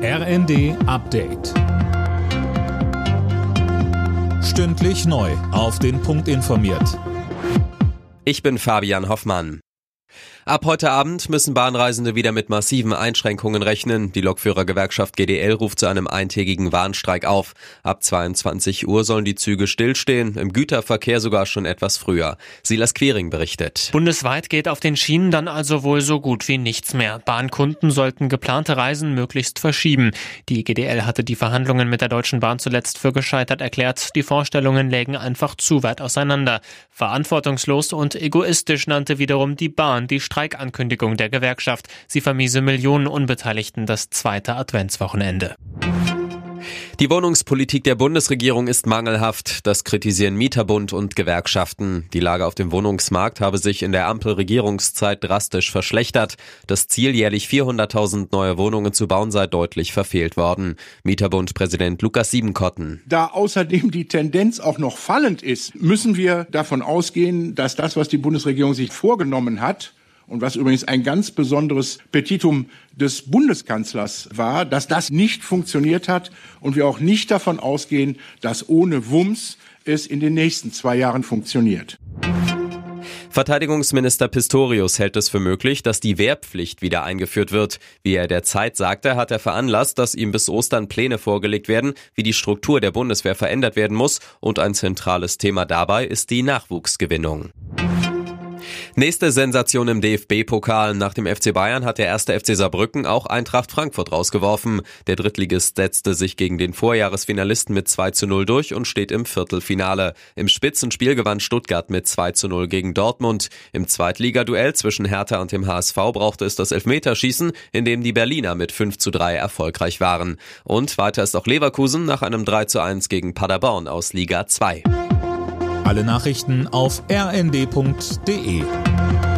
RND Update. Stündlich neu auf den Punkt informiert. Ich bin Fabian Hoffmann. Ab heute Abend müssen Bahnreisende wieder mit massiven Einschränkungen rechnen. Die Lokführergewerkschaft GDL ruft zu einem eintägigen Warnstreik auf. Ab 22 Uhr sollen die Züge stillstehen, im Güterverkehr sogar schon etwas früher. Silas Quiring berichtet. Bundesweit geht auf den Schienen dann also wohl so gut wie nichts mehr. Bahnkunden sollten geplante Reisen möglichst verschieben. Die GDL hatte die Verhandlungen mit der Deutschen Bahn zuletzt für gescheitert erklärt. Die Vorstellungen lägen einfach zu weit auseinander. Verantwortungslos und egoistisch nannte wiederum die Bahn die Streikankündigung der Gewerkschaft. Sie vermiese Millionen Unbeteiligten das zweite Adventswochenende. Die Wohnungspolitik der Bundesregierung ist mangelhaft. Das kritisieren Mieterbund und Gewerkschaften. Die Lage auf dem Wohnungsmarkt habe sich in der Ampelregierungszeit drastisch verschlechtert. Das Ziel, jährlich 400.000 neue Wohnungen zu bauen, sei deutlich verfehlt worden. Mieterbund-Präsident Lukas Siebenkotten. Da außerdem die Tendenz auch noch fallend ist, müssen wir davon ausgehen, dass das, was die Bundesregierung sich vorgenommen hat, und was übrigens ein ganz besonderes Petitum des Bundeskanzlers war, dass das nicht funktioniert hat und wir auch nicht davon ausgehen, dass ohne Wumms es in den nächsten 2 Jahren funktioniert. Verteidigungsminister Pistorius hält es für möglich, dass die Wehrpflicht wieder eingeführt wird. Wie er der Zeit sagte, hat er veranlasst, dass ihm bis Ostern Pläne vorgelegt werden, wie die Struktur der Bundeswehr verändert werden muss, und ein zentrales Thema dabei ist die Nachwuchsgewinnung. Nächste Sensation im DFB-Pokal. Nach dem FC Bayern hat der erste FC Saarbrücken auch Eintracht Frankfurt rausgeworfen. Der Drittligist setzte sich gegen den Vorjahresfinalisten mit 2:0 durch und steht im Viertelfinale. Im Spitzenspiel gewann Stuttgart mit 2:0 gegen Dortmund. Im Zweitligaduell zwischen Hertha und dem HSV brauchte es das Elfmeterschießen, in dem die Berliner mit 5:3 erfolgreich waren. Und weiter ist auch Leverkusen nach einem 3:1 gegen Paderborn aus Liga 2. Alle Nachrichten auf rnd.de.